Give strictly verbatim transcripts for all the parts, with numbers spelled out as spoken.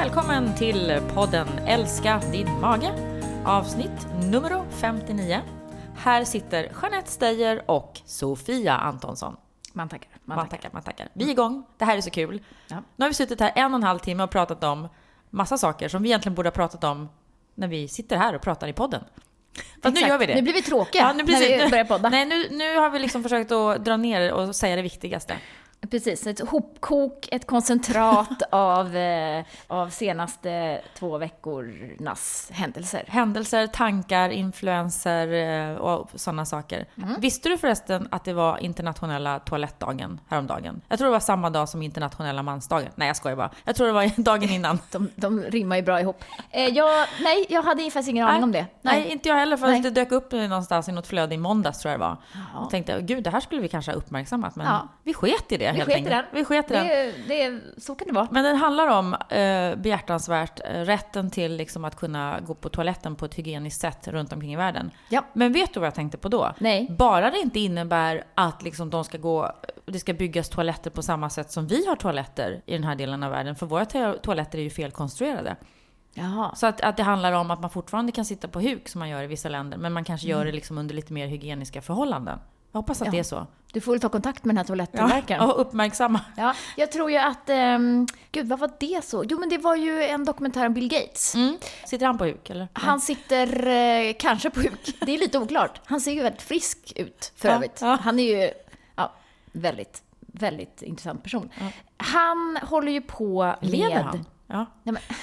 Välkommen till podden Älska din mage, avsnitt nummer femtionio. Här sitter Jeanette Steyer och Sofia Antonsson. Man tackar. Man, man tackar. tackar, man tackar. Vi är igång, det här är så kul. Ja. Nu har vi suttit här en och en halv timme och pratat om massa saker som vi egentligen borde ha pratat om när vi sitter här och pratar i podden. Fast nu gör vi det. Nu blir vi tråkiga ja, nu när vi börjar podda. Nej, nu, nu har vi liksom försökt att dra ner och säga det viktigaste. Precis, ett hopkok, ett koncentrat av, eh, av senaste två veckornas händelser. Händelser, tankar, influenser eh, och sådana saker. Mm. Visste du förresten att det var internationella toalettdagen häromdagen? Jag tror det var samma dag som internationella mansdagen. Nej, jag skojar bara. Jag tror det var dagen innan. de, de rimmar ju bra ihop. Eh, jag, nej, jag hade faktiskt ingen aning nej, om det. Nej. nej, inte jag heller. För att det dök upp någonstans i något flöde i måndas, tror jag det var. Ja. Och tänkte, gud, det här skulle vi kanske ha uppmärksammat. Men ja. vi sket i det. Vi sket i den. Vi sket i den. Det, det, så kan det vara. Men den handlar om eh, behjärtansvärt eh, rätten till liksom, att kunna gå på toaletten på ett hygieniskt sätt runt omkring i världen. Ja. Men vet du vad jag tänkte på då? Nej. Bara det inte innebär att liksom, de ska gå, det ska byggas toaletter på samma sätt som vi har toaletter i den här delen av världen. För våra to- toaletter är ju felkonstruerade. Jaha. Så att, att det handlar om att man fortfarande kan sitta på huk som man gör i vissa länder. Men man kanske mm. gör det liksom under lite mer hygieniska förhållanden. Jag hoppas att ja. det är så. Du får väl ta kontakt med den här toalettillverkaren. Ja, och uppmärksamma. Ja, jag tror ju att... Um, gud, vad var det så? Jo, men det var ju en dokumentär om Bill Gates. Mm. Sitter han på huk, eller? Han sitter eh, kanske på huk. Det är lite oklart. Han ser ju väldigt frisk ut, för ja, övrigt. Ja. Han är ju ja, väldigt, väldigt intressant person. Ja. Han håller ju på med... Lever han? Ja. Nej, men...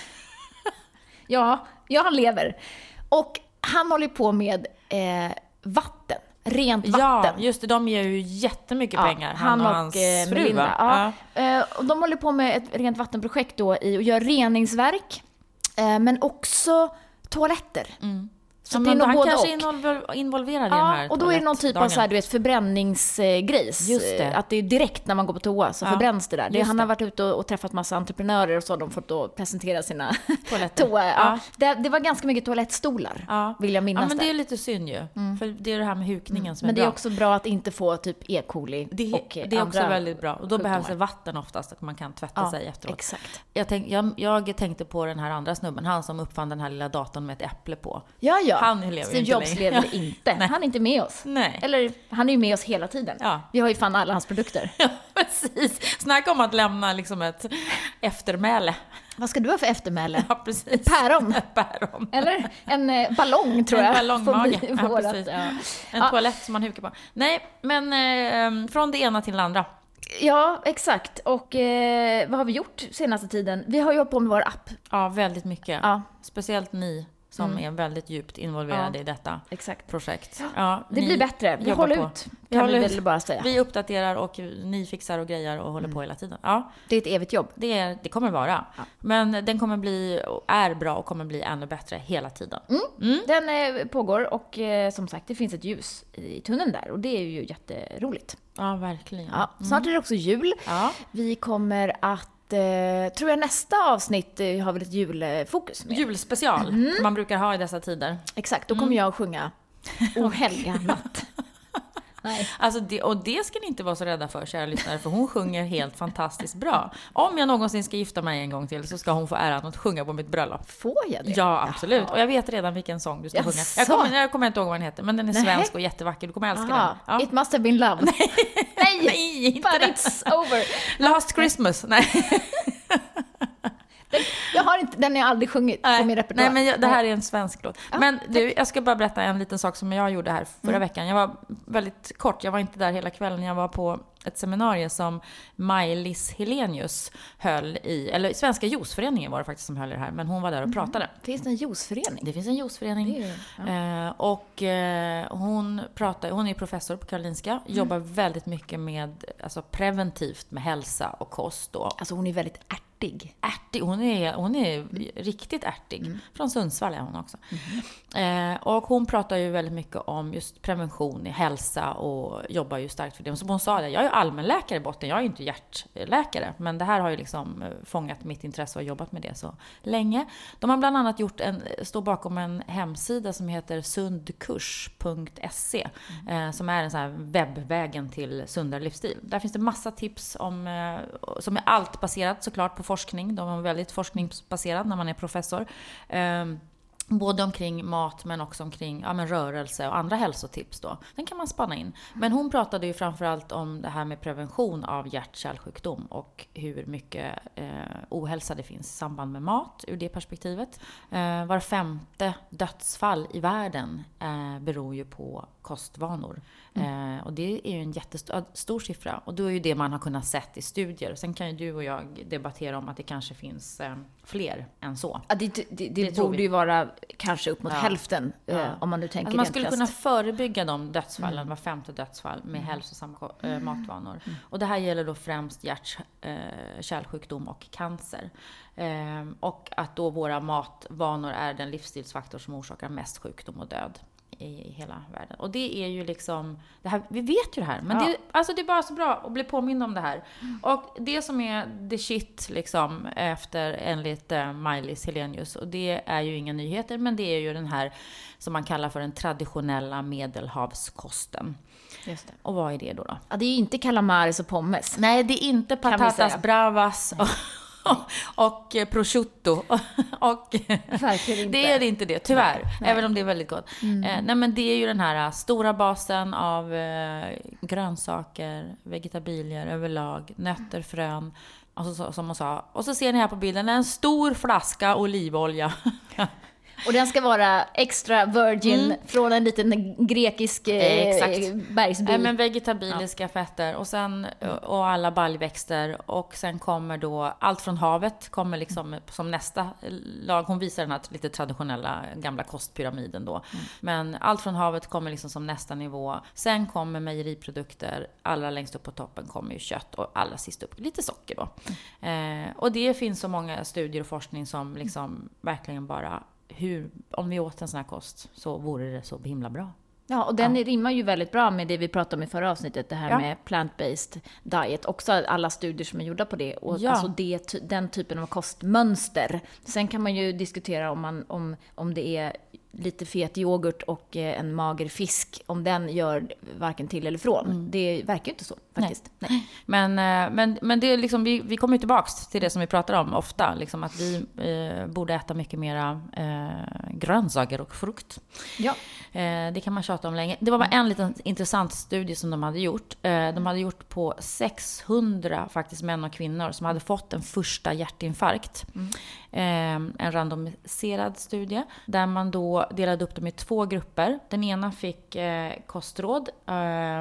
ja, ja, han lever. Och han håller på med eh, vatten. Rent vatten. Ja, just det. De ger ju jättemycket ja, pengar. Han, han och, och hans eh, fru, va? Ja. Ja. Och de håller på med ett rent vattenprojekt då i att göra reningsverk. Men också toaletter. Mm. Så ja, det är nog han både kanske och. är involverad i ja, den här och då är det någon typ av så här, du vet, förbränningsgrejs. Just det. Att det är direkt när man går på toa så ja, förbränns det där. Det, han det. har varit ute och, och träffat massa entreprenörer och så. De får då presentera sina toaletter. toa. Ja. Ja. Det, det var ganska mycket toalettstolar, ja. vill jag minnas. Ja, men det är där. lite synd ju. Mm. För det är det här med hukningen mm. som men är det bra. är också bra att inte få typ E. coli det, och det är också väldigt bra. Och då sjukdomar. behövs det vatten oftast att man kan tvätta ja, sig efteråt. Exakt. Jag, tänk, jag, jag tänkte på den här andra snubben. Han som uppfann den här lilla datorn med ett äpple på. Ja, ja. Han lever Steve inte Jobs lever inte. Han är inte med oss. Nej. Eller, han är ju med oss hela tiden. Ja. Vi har ju fan alla hans produkter. Ja, precis. Snacka om att lämna liksom ett eftermäle. Vad ska du ha för eftermäle? Ja, precis. Päron. Päron. Eller en eh, ballong, tror jag. En ballongmage. Ja, vårat, precis. Ja. En ja. toalett som man hukar på. Nej, men eh, från det ena till det andra. Ja, exakt. Och eh, vad har vi gjort senaste tiden? Vi har ju hållit på med vår app. Ja, väldigt mycket. Ja. Speciellt ni som mm. är väldigt djupt involverade ja, i detta exakt. projekt. Ja, det blir bättre. Vi håller på. ut. Vi håller vi väl bara säga. Vi uppdaterar och ni fixar och grejer och håller mm. på hela tiden. Ja. Det är ett evigt jobb. Det, är, det kommer vara. Ja. Men den kommer bli, är bra och kommer bli ännu bättre hela tiden. Mm. Mm. Den eh, pågår och eh, som sagt, det finns ett ljus i tunneln där. Och det är ju jätteroligt. Ja, verkligen. Ja. Snart är det också jul. Ja. Vi kommer att Eh, tror jag nästa avsnitt eh, har väl ett julfokus med. Julspecial, mm. man brukar ha i dessa tider. Exakt, då kommer mm. jag att sjunga O helga natt. Nej. Alltså det, och det ska ni inte vara så rädda för, kära lyssnare, för hon sjunger helt fantastiskt bra. Om jag någonsin ska gifta mig en gång till så ska hon få äran att sjunga på mitt bröllop. Får jag det? Ja, absolut. Jaha. Och jag vet redan vilken sång du ska sjunga. Jag kommer, jag kommer inte ihåg vad den heter, men den är Nej. svensk och jättevacker. Du kommer älska Aha. den. Ja. It must have been love. Nej, Nej, Nej inte but det. it's over. Last Christmas. Nej. Den, jag har inte, den har jag aldrig sjungit Nej. på min repertoar. Nej, men jag, det här är en svensk låt. Ja, men du, jag ska bara berätta en liten sak som jag gjorde här förra mm. veckan. Jag var väldigt kort, jag var inte där hela kvällen. Jag var på ett seminarium som Maj-Lis Helenius höll i, eller Svenska juiceföreningen var det faktiskt som höll det här, men hon var där och pratade. Mm. Finns det en juiceförening? Det finns en juiceförening. Det är, ja. eh, och eh, hon pratar, hon är professor på Karolinska, mm. jobbar väldigt mycket med, alltså preventivt med hälsa och kost då. Alltså hon är väldigt ärtig. Ärtig, hon är, hon är mm. riktigt ärtig. Mm. Från Sundsvall är hon också. Mm. Eh, och hon pratar ju väldigt mycket om just prevention i hälsa och jobbar ju starkt för det. Som hon sa det, jag är allmänläkare i botten, jag är ju inte hjärtläkare. Men det här har ju liksom fångat mitt intresse och jobbat med det så länge. De har bland annat gjort en, står bakom en hemsida som heter sundkurs punkt se. Mm. Eh, som är en sån här webbvägen till sundare livsstil. Där finns det massa tips om, eh, som är allt baserat såklart på forskning. De är väldigt forskningsbaserad när man är professor. Um, Både omkring mat men också omkring ja, men rörelse och andra hälsotips då. Den kan man spanna in. Men hon pratade ju framförallt om det här med prevention av hjärt-kärlsjukdom och hur mycket eh, ohälsa det finns i samband med mat ur det perspektivet. Eh, var femte dödsfall i världen eh, beror ju på kostvanor. Mm. Eh, och det är ju en jättestor stor siffra. Och då är ju det man har kunnat sett i studier. Sen kan ju du och jag debattera om att det kanske finns eh, fler än så. Ja, det det, det, det borde ju vara kanske upp mot ja. hälften ja. Eh, om man nu tänker alltså man skulle krasst. kunna förebygga de dödsfallen, mm. var femte dödsfall med mm. hälsosamma äh, matvanor. Mm. Och det här gäller då främst hjärt-kärlsjukdom äh, och cancer. Ehm, och att då våra matvanor är den livsstilsfaktor som orsakar mest sjukdom och död i hela världen. Och det är ju liksom det här, vi vet ju det här, men ja. det, alltså det är bara så bra att bli påmind om det här. Mm. Och det som är the shit liksom efter enligt uh, Maj-Lis Helenius, och det är ju inga nyheter, men det är ju den här som man kallar för den traditionella medelhavskosten. Just det. Och vad är det då då? Ja, det är ju inte calamares och pommes. Nej, det är inte patatas bravas och och prosciutto och det är det inte det, tyvärr, nej, nej. Även om det är väldigt gott. Mm. Eh, nej men det är ju den här stora basen av eh, grönsaker, vegetabilier överlag, nötter, frön och så, som man sa. Och så ser ni här på bilden en stor flaska olivolja. Och den ska vara extra virgin mm. från en liten grekisk eh, bergsby. Ja, men vegetabiliska ja. fetter och sen och alla baljväxter, och sen kommer då allt från havet kommer liksom som nästa lag. Hon visar den här lite traditionella gamla kostpyramiden då. Mm. Men allt från havet kommer liksom som nästa nivå. Sen kommer mejeriprodukter, allra längst upp på toppen kommer ju kött och allra sist upp lite socker då. Mm. Eh, och det finns så många studier och forskning som liksom verkligen bara hur, om vi åt en sån här kost så vore det så himla bra. Ja, och den ja. rimmar ju väldigt bra med det vi pratade om i förra avsnittet, det här ja. med plant-based diet. Också alla studier som är gjorda på det. Och ja. alltså det, den typen av kostmönster. Sen kan man ju diskutera om, man, om, om det är lite fet yoghurt och en mager fisk, om den gör varken till eller från. Mm. Det verkar ju inte så faktiskt. Nej. Nej. Men, men, men det är liksom, vi, vi kommer ju tillbaks till det som vi pratar om ofta, liksom att vi eh, borde äta mycket mera eh, grönsaker och frukt. Ja. Eh, det kan man tjata om länge. Det var bara en liten intressant studie som de hade gjort. Eh, de hade gjort på sexhundra faktiskt män och kvinnor som hade fått en första hjärtinfarkt. Mm. Eh, en randomiserad studie där man då delade upp dem i två grupper. Den ena fick eh, kostråd eh,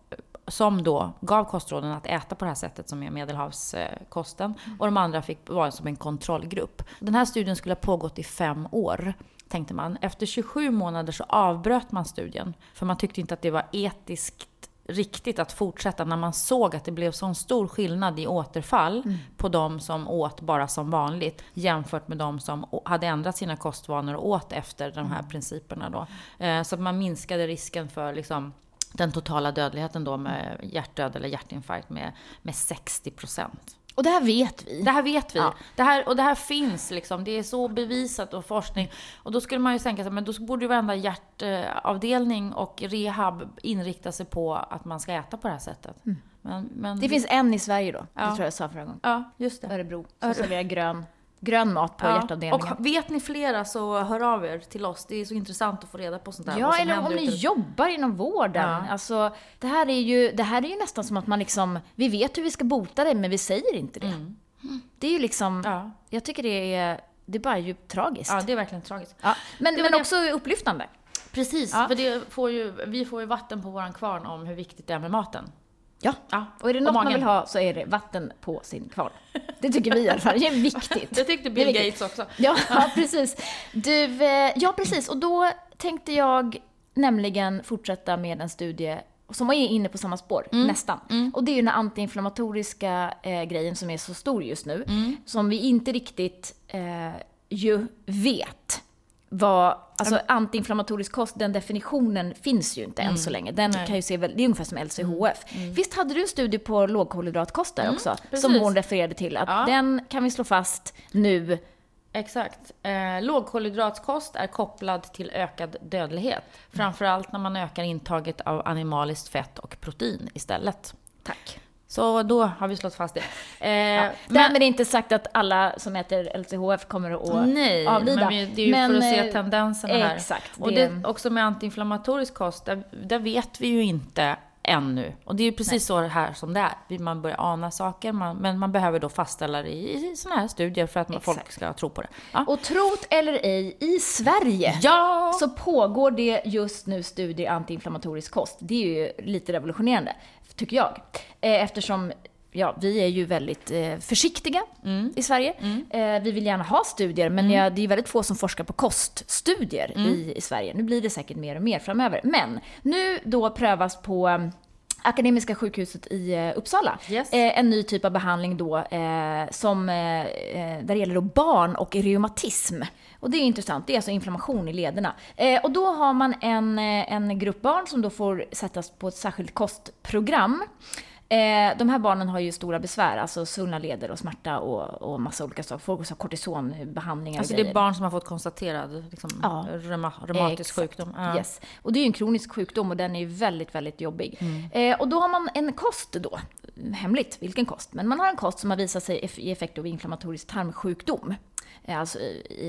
som då gav kostråden att äta på det här sättet som är medelhavskosten. Mm. Och de andra fick vara som en kontrollgrupp. Den här studien skulle ha pågått i fem år, tänkte man. Efter tjugosju månader så avbröt man studien. För man tyckte inte att det var etiskt riktigt att fortsätta när man såg att det blev sån stor skillnad i återfall mm. på de som åt bara som vanligt jämfört med de som hade ändrat sina kostvanor och åt efter de här mm. principerna då. Så att man minskade risken för liksom den totala dödligheten då med hjärtdöd eller hjärtinfarkt med, med sextio procent. Och det här vet vi. Det här vet vi. Ja. Det här, och det här finns liksom. Det är så bevisat och forskning. Och då skulle man ju tänka sig, men då borde ju varenda hjärtavdelning och rehab inrikta sig på att man ska äta på det här sättet. Mm. Men, men... Det finns en i Sverige då. Ja. Det tror jag sa förra gången. Ja, just det. Örebro. Som serverar grön, grön mat på ja. hjärtavdelningen. Och vet ni flera så hör av er till oss. Det är så intressant att få reda på sånt där. Ja, eller om ni ute. jobbar inom vården. Ja. Alltså, det, här är ju, det här är ju nästan som att man liksom, vi vet hur vi ska bota det, men vi säger inte det. Mm. Det är ju liksom, ja. jag tycker det är, det är bara djupt tragiskt. Ja, det är verkligen tragiskt. Ja. Men, men också det... upplyftande. Precis, ja. för det får ju, vi får ju vatten på våran kvarn om hur viktigt det är med maten. Ja. ja, och är det något man vill ha så är det vatten på sin kvarn. Det tycker vi i alla fall, det är viktigt. Det tyckte Bill Gates också. Ja, ja, precis. Du, ja, precis. Och då tänkte jag nämligen fortsätta med en studie som är inne på samma spår, mm. nästan. Mm. Och det är ju den antiinflammatoriska eh, grejen som är så stor just nu. Mm. Som vi inte riktigt eh, ju vet. Vad, alltså mm. antiinflammatorisk kost, den definitionen finns ju inte mm. än så länge. Den kan ju se väl, det är ungefär som L C H F. Mm. Visst hade du en studie på lågkolhydratkost där mm. också? Precis. Som hon refererade till. Att ja. den kan vi slå fast nu. Exakt. Eh, lågkolhydratkost är kopplad till ökad dödlighet. Framförallt när man ökar intaget av animaliskt fett och protein istället. Tack. Så då har vi slått fast det. Eh, ja. men, Därmed är det inte sagt att alla som äter L C H F kommer att nej, avlida. Men vi, det är ju men, för att se tendenserna här. Exakt. Och det, det också med antiinflammatorisk kost, där, där vet vi ju inte ännu. Och det är ju precis Nej. så här som det är. Man börjar ana saker, man, men man behöver då fastställa det i, i såna här studier för att man, folk ska tro på det. Ja. Och trot eller ej, i Sverige ja. så pågår det just nu studier i antiinflammatorisk kost. Det är ju lite revolutionerande, tycker jag. Eftersom ja, vi är ju väldigt eh, försiktiga mm. i Sverige. Mm. Eh, vi vill gärna ha studier, men mm. ja, det är väldigt få som forskar på koststudier mm. i, i Sverige. Nu blir det säkert mer och mer framöver. Men nu då prövas på um, Akademiska sjukhuset i uh, Uppsala yes. eh, en ny typ av behandling då, eh, som, eh, där det gäller då barn och reumatism. Och det är intressant, det är alltså inflammation i lederna. Eh, och då har man en, en grupp barn som då får sättas på ett särskilt kostprogram. Eh, de här barnen har ju stora besvär, alltså svullna leder och smärta och, och massa olika saker. Folk har kortisonbehandlingar. Alltså och det grejer. är barn som har fått konstaterad liksom, ja. reuma, reumatisk Exakt. sjukdom. Ja. Yes. Och det är ju en kronisk sjukdom och den är ju väldigt, väldigt jobbig. Mm. Eh, och då har man en kost då, hemligt vilken kost, men man har en kost som har visat sig i effekt av inflammatorisk tarmsjukdom. Alltså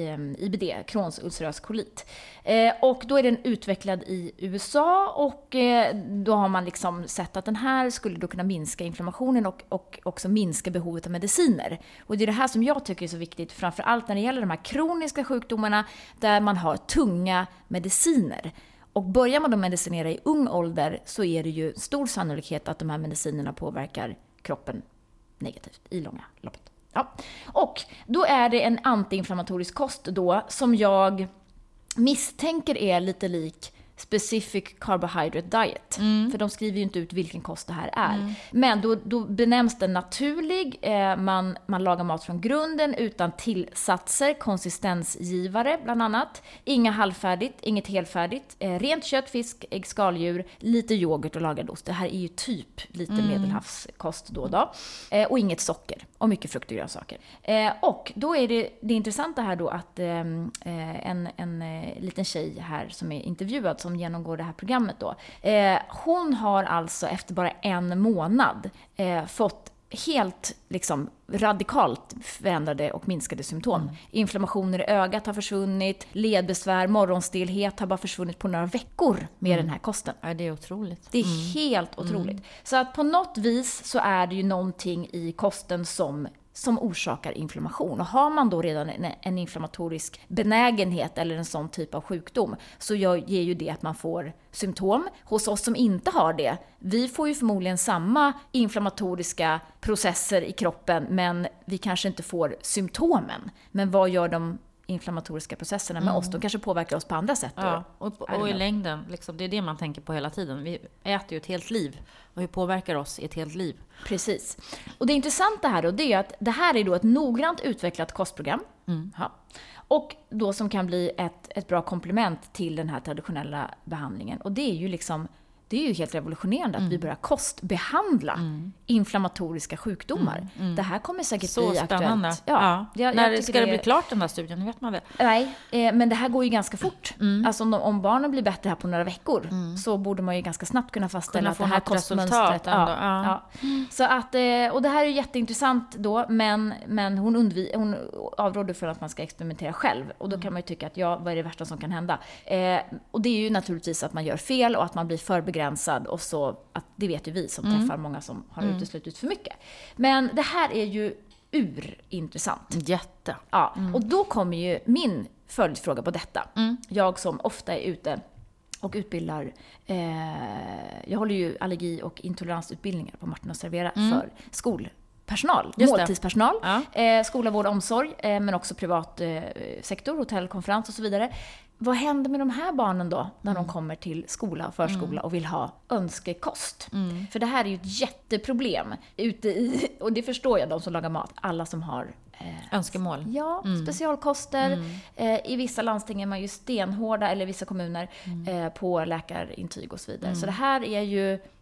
I B D, Crohns ulcerös kolit. Eh, och då är den utvecklad i U S A och eh, då har man liksom sett att den här skulle då kunna minska inflammationen och, och också minska behovet av mediciner. Och det är det här som jag tycker är så viktigt, framförallt när det gäller de här kroniska sjukdomarna där man har tunga mediciner. Och börjar man då medicinera i ung ålder så är det ju stor sannolikhet att de här medicinerna påverkar kroppen negativt i långa loppet. Ja. Och då är det en antiinflammatorisk kost då som jag misstänker är lite lik Specific Carbohydrate Diet. Mm. För de skriver ju inte ut vilken kost det här är. Mm. Men då, då benämns den naturlig. Eh, man, man lagar mat från grunden utan tillsatser, konsistensgivare bland annat. Inga halvfärdigt, inget helfärdigt. Eh, rent kött, fisk, ägg, skaldjur, lite yoghurt och lagad ost. Det här är ju typ lite mm. medelhavskost då och då. Eh, och inget socker. Och mycket frukt och grönsaker. Eh, och då är det, det intressanta här då att eh, en, en eh, liten tjej här som är intervjuad som genomgår det här programmet då. Eh, hon har alltså efter bara en månad eh, fått helt liksom radikalt förändrade och minskade symptom. Mm. Inflammationer i ögat har försvunnit, ledbesvär, morgonstelhet har bara försvunnit på några veckor med mm. den här kosten. Ja, det är otroligt. Det är mm. helt otroligt. Mm. Så att på något vis så är det ju någonting i kosten som som orsakar inflammation. Och har man då redan en, en inflammatorisk benägenhet eller en sån typ av sjukdom så gör, ger ju det att man får symptom. Hos oss som inte har det, vi får ju förmodligen samma inflammatoriska processer i kroppen men vi kanske inte får symptomen. Men vad gör de inflammatoriska processerna med mm. oss? De kanske påverkar oss på andra sätt. Ja, och, och i längden, liksom, det är det man tänker på hela tiden. Vi äter ju ett helt liv. Och hur påverkar oss i ett helt liv? Precis. Och det intressanta här då, det är att det här är då ett noggrant utvecklat kostprogram. Mm. Ja. Och då som kan bli ett, ett bra komplement till den här traditionella behandlingen. Och det är ju liksom Det är ju helt revolutionerande att mm. vi börjar kostbehandla mm. inflammatoriska sjukdomar. Mm. Mm. Det här kommer säkert så bli spännande. Aktuellt. Ja. Ja. Jag, När jag ska det, det bli klart den där studien? Vet man det? Nej, eh, men det här går ju ganska fort. Mm. Alltså om, om barnen blir bättre här på några veckor mm. så borde man ju ganska snabbt kunna fastställa kunna att det här kostmönstret... Ja, ja. Ja. Så att, eh, och det här är jätteintressant då, men, men hon, undvi, hon avråder för att man ska experimentera själv. Och då kan man ju tycka att ja, vad är det värsta som kan hända? Eh, och det är ju naturligtvis att man gör fel och att man blir för begränsad. Och så, att det vet ju vi som mm. träffar många som har mm. uteslutit för mycket. Men det här är ju urintressant. Jätte. Ja, mm. och då kommer ju min följdfråga på detta. Mm. Jag som ofta är ute och utbildar, eh, jag håller ju allergi- och intoleransutbildningar på Martin och Servera mm. för skolpersonal, måltidspersonal, ja. eh, skola, vård och omsorg, eh, men också privat eh, sektor, hotell, konferens och så vidare. Vad händer med de här barnen då när mm. de kommer till skola och förskola mm. och vill ha önskekost? Mm. För det här är ju ett jätteproblem ute i, och det förstår jag, de som lagar mat, alla som har eh, önskemål. Ja, mm. specialkoster. Mm. Eh, I vissa landsting är man ju stenhårda, eller vissa kommuner, mm. eh, på läkarintyg och så vidare. Mm. Så det här är ju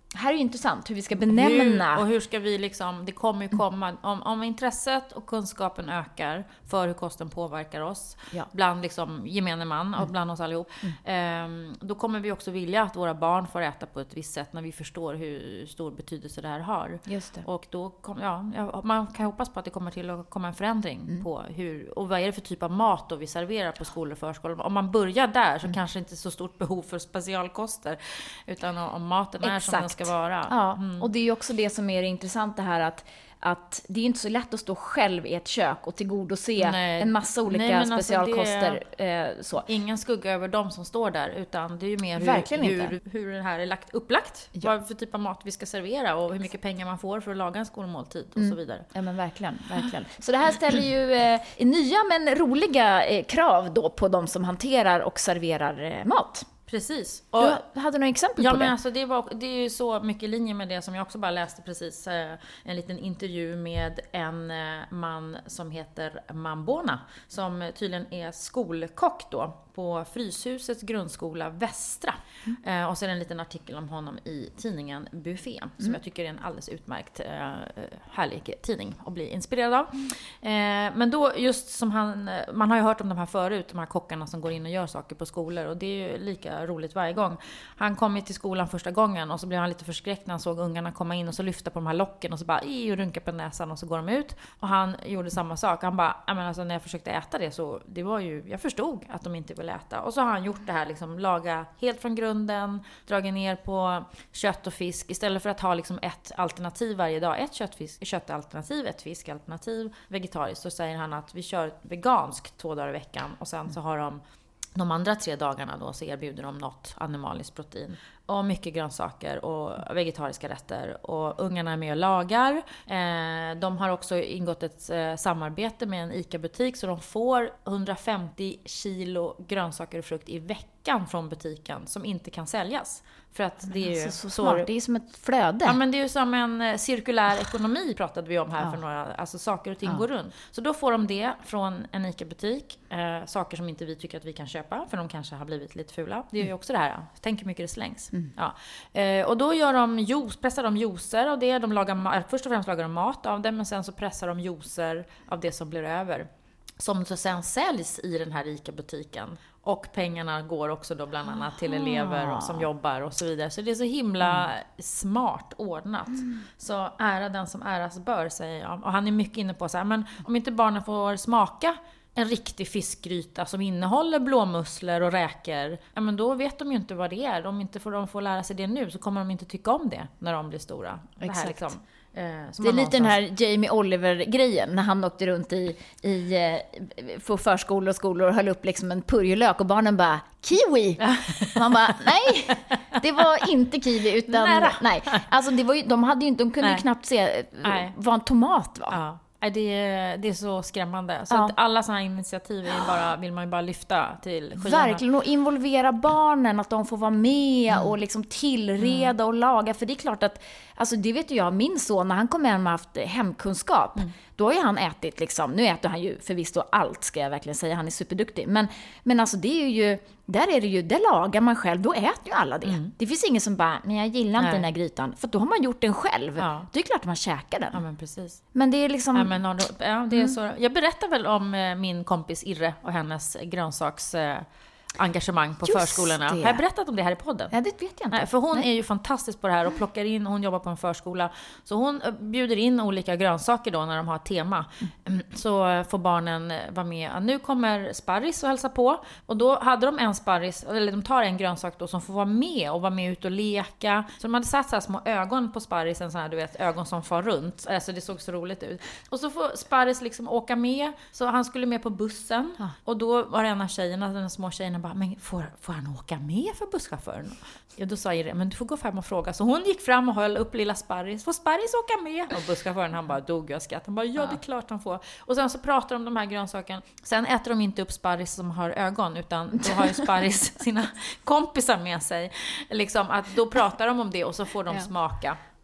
här är ju intressant hur vi ska benämna. Hur, och hur ska vi liksom, det kommer ju komma, om, om intresset och kunskapen ökar för hur kosten påverkar oss, ja. bland liksom gemene man och bland oss allihop, mm. eh, då kommer vi också vilja att våra barn får äta på ett visst sätt när vi förstår hur stor betydelse det här har. Just det. Och då kom, ja, man kan hoppas på att det kommer till att komma en förändring mm. på hur, och vad är det för typ av mat då vi serverar på skolor och förskolor. Om man börjar där så mm. kanske inte så stort behov för specialkoster, utan om maten är Exakt. som den ska vara. Ja, mm. och det är ju också det som är det intressanta här, att att det är inte så lätt att stå själv i ett kök och tillgodose Nej. en massa olika Nej, specialkoster. Alltså det, eh, så. Ingen skugga över dem som står där, utan det är ju mer hur, hur, hur det här är lagt, upplagt. Ja. Vad för typ av mat vi ska servera och hur mycket pengar man får för att laga en skolmåltid och mm. så vidare. Ja, men verkligen, verkligen. Så det här ställer ju eh, nya men roliga eh, krav då på de som hanterar och serverar eh, mat. Precis. Och, du hade några exempel ja, på det? Men alltså det, var, det är ju så mycket i linje med det som jag också bara läste precis. Eh, en liten intervju med en eh, man som heter Mambona, som tydligen är skolkock då på Fryshusets grundskola Västra. Mm. Eh, och så är det en liten artikel om honom i tidningen Buffé, som mm. jag tycker är en alldeles utmärkt eh, härlig tidning att bli inspirerad av. Mm. Eh, men då just som han, man har ju hört om de här förut, de här kockarna som går in och gör saker på skolor, och det är ju lika roligt varje gång. Han kom ju till skolan första gången och så blev han lite förskräckt när han såg ungarna komma in och så lyfta på de här locken och så bara i och runka på näsan och så går de ut. Och han gjorde samma sak. Han bara, jag menar, alltså, när jag försökte äta det så det var ju, jag förstod att de inte ville äta. Och så har han gjort det här liksom, laga helt från grunden, dragit ner på kött och fisk istället för att ha liksom ett alternativ varje dag. Ett köttfisk, köttalternativ, ett fiskalternativ, vegetariskt. Så säger han att vi kör veganskt två dagar i veckan och sen så har de de andra tre dagarna då så erbjuder de något animaliskt protein. Och mycket grönsaker och vegetariska rätter. Och ungarna är med och lagar. Eh, de har också ingått ett eh, samarbete med en ICA-butik. Så de får hundrafemtio kilo grönsaker och frukt i veckan från butiken som inte kan säljas. För att det är ju alltså, så smart. Det är som ett flöde. Ja, men det är ju som en cirkulär ekonomi pratade vi om här ja. för några, alltså saker och ting ja. går runt. Så då får de det från en ICA-butik, eh, saker som inte vi tycker att vi kan köpa, för de kanske har blivit lite fula. Det är ju också det här, tänk hur mycket det slängs. Mm. Ja. Eh, och då gör de juice, pressar de juicer av det, de lagar, först och främst lagar de mat av det, men sen så pressar de juicer av det som blir över. Som så sen säljs i den här ICA-butiken. Och pengarna går också då bland annat till elever och som jobbar och så vidare. Så det är så himla mm. smart ordnat. Mm. Så ära den som äras bör, säger jag. Och han är mycket inne på så här, men om inte barnen får smaka en riktig fiskgryta som innehåller blåmusslor och räkor, ja, men då vet de ju inte vad det är. Om inte får de får lära sig det nu så kommer de inte tycka om det när de blir stora. Exakt. Det här liksom. Det är lite någonstans den här Jamie Oliver-grejen när han åkte runt i, i för förskolor och skolor och höll upp liksom en purjolök och barnen bara, kiwi! Och man bara, nej, det var inte kiwi utan, Nära. nej. Alltså det var ju, de, hade ju, de kunde nej. ju knappt se nej. vad en tomat var. Ja. Det är, det är så skrämmande. Så ja. att alla sådana här initiativ är bara, vill man ju bara lyfta till skyarna. Verkligen, och involvera barnen, att de får vara med mm. och liksom tillreda mm. och laga. För det är klart att, alltså det vet ju jag, min son när han kom hem och haft hemkunskap, mm. då har ju han ätit liksom, nu äter han ju förvisso allt ska jag verkligen säga, han är superduktig. Men, men alltså det är ju, där är det ju, det lagar man själv, då äter ju alla det. Mm. Det finns ingen som bara, men jag gillar inte Nej. den här grytan. För då har man gjort den själv. Ja. Det är klart att man käkar den. Ja, men precis. Men det är liksom... Ja, men, ja, det är mm. så. Jag berättar väl om min kompis Irre och hennes grönsaks... engagemang på Just förskolorna. Det. Har jag berättat om det här i podden? Ja, det vet jag inte. Nej, för hon Nej. är ju fantastisk på det här och plockar in, hon jobbar på en förskola. Så hon bjuder in olika grönsaker då när de har ett tema. Mm. Så får barnen vara med. Nu kommer sparris och hälsa på. Och då hade de en sparris, eller de tar en grönsak då som får vara med och vara med ut och leka. Så de hade satt så här små ögon på sparrisen, så här, du vet, ögon som far runt. Alltså det såg så roligt ut. Och så får sparris liksom åka med. Så han skulle med på bussen. Ah. Och då var det en av tjejerna, den små tjejerna bara, men får, får han åka med för busschauffören? Ja, då sa jag det, men du får gå fram och fråga. Så hon gick fram och höll upp lilla sparris. Får sparris åka med? Och busschauffören, han bara dog jag skratt. Han bara, ja det är klart han får. Och sen så pratar de om de här grönsakerna. Sen äter de inte upp sparris som har ögon, utan då har ju sparris sina kompisar med sig. Liksom att då pratar de om det och så får de ja. smaka.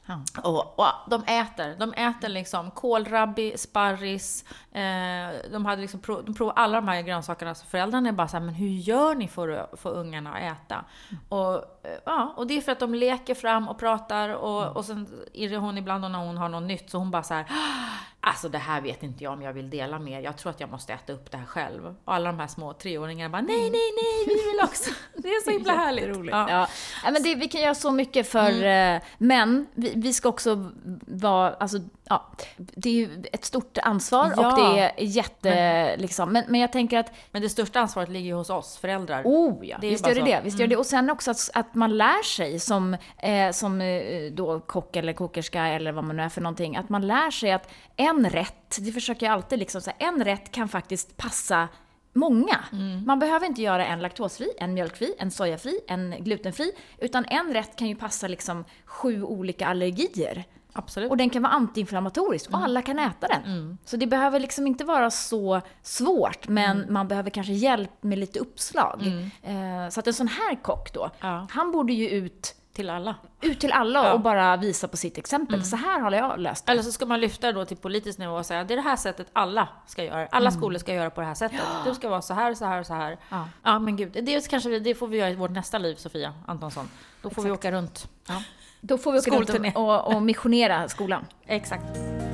Ja. Och, och de äter, de äter liksom kålrabbi, sparris, eh, de hade liksom prov, de provar alla de här grönsakerna, så föräldrarna är bara så här, men hur gör ni för att få ungarna att äta? Mm. Och, ja, och det är för att de leker fram och pratar och, mm. och sen är hon ibland när hon har något nytt, så hon bara så här, alltså det här vet inte jag om jag vill dela mer, jag tror att jag måste äta upp det här själv. Och alla de här små treåringarna bara, nej, nej, nej, vi vill också. Det är så himla härligt. Ja. Ja. Ja, men det, vi kan göra så mycket för mm. men vi, vi ska också vara, alltså, ja, det är ju ett stort ansvar ja. och det är jätte, men, liksom, men, men jag tänker att... Men det största ansvaret ligger ju hos oss föräldrar. Oh ja, det visst gör det det. Visst gör det. Och sen också att, att man lär sig som, eh, som eh, då kock eller kokerska eller vad man nu är för någonting, att man lär sig att en rätt, det försöker jag alltid liksom, så här, en rätt kan faktiskt passa många. Mm. Man behöver inte göra en laktosfri, en mjölkfri, en sojafri, en glutenfri, utan en rätt kan ju passa liksom sju olika allergier. Absolut. Och den kan vara antiinflammatorisk och mm. alla kan äta den. Mm. Så det behöver liksom inte vara så svårt, men mm. man behöver kanske hjälp med lite uppslag. Mm. Eh, så att en sån här kock då, ja. han borde ju ut till alla. Ut till alla ja. och bara visa på sitt exempel. Mm. Så här har jag löst det. Eller så ska man lyfta det då till politisk nivå och säga det är det här sättet alla ska göra. Alla mm. skolor ska göra på det här sättet. Ja. Det ska vara så här, så här, så här. Ja, ja men gud. Det, kanske vi, det får vi göra i vårt nästa liv, Sofia Antonsson. Då får Exakt. vi åka runt. Ja. Då får vi åka runt och, och missionera skolan. Exakt.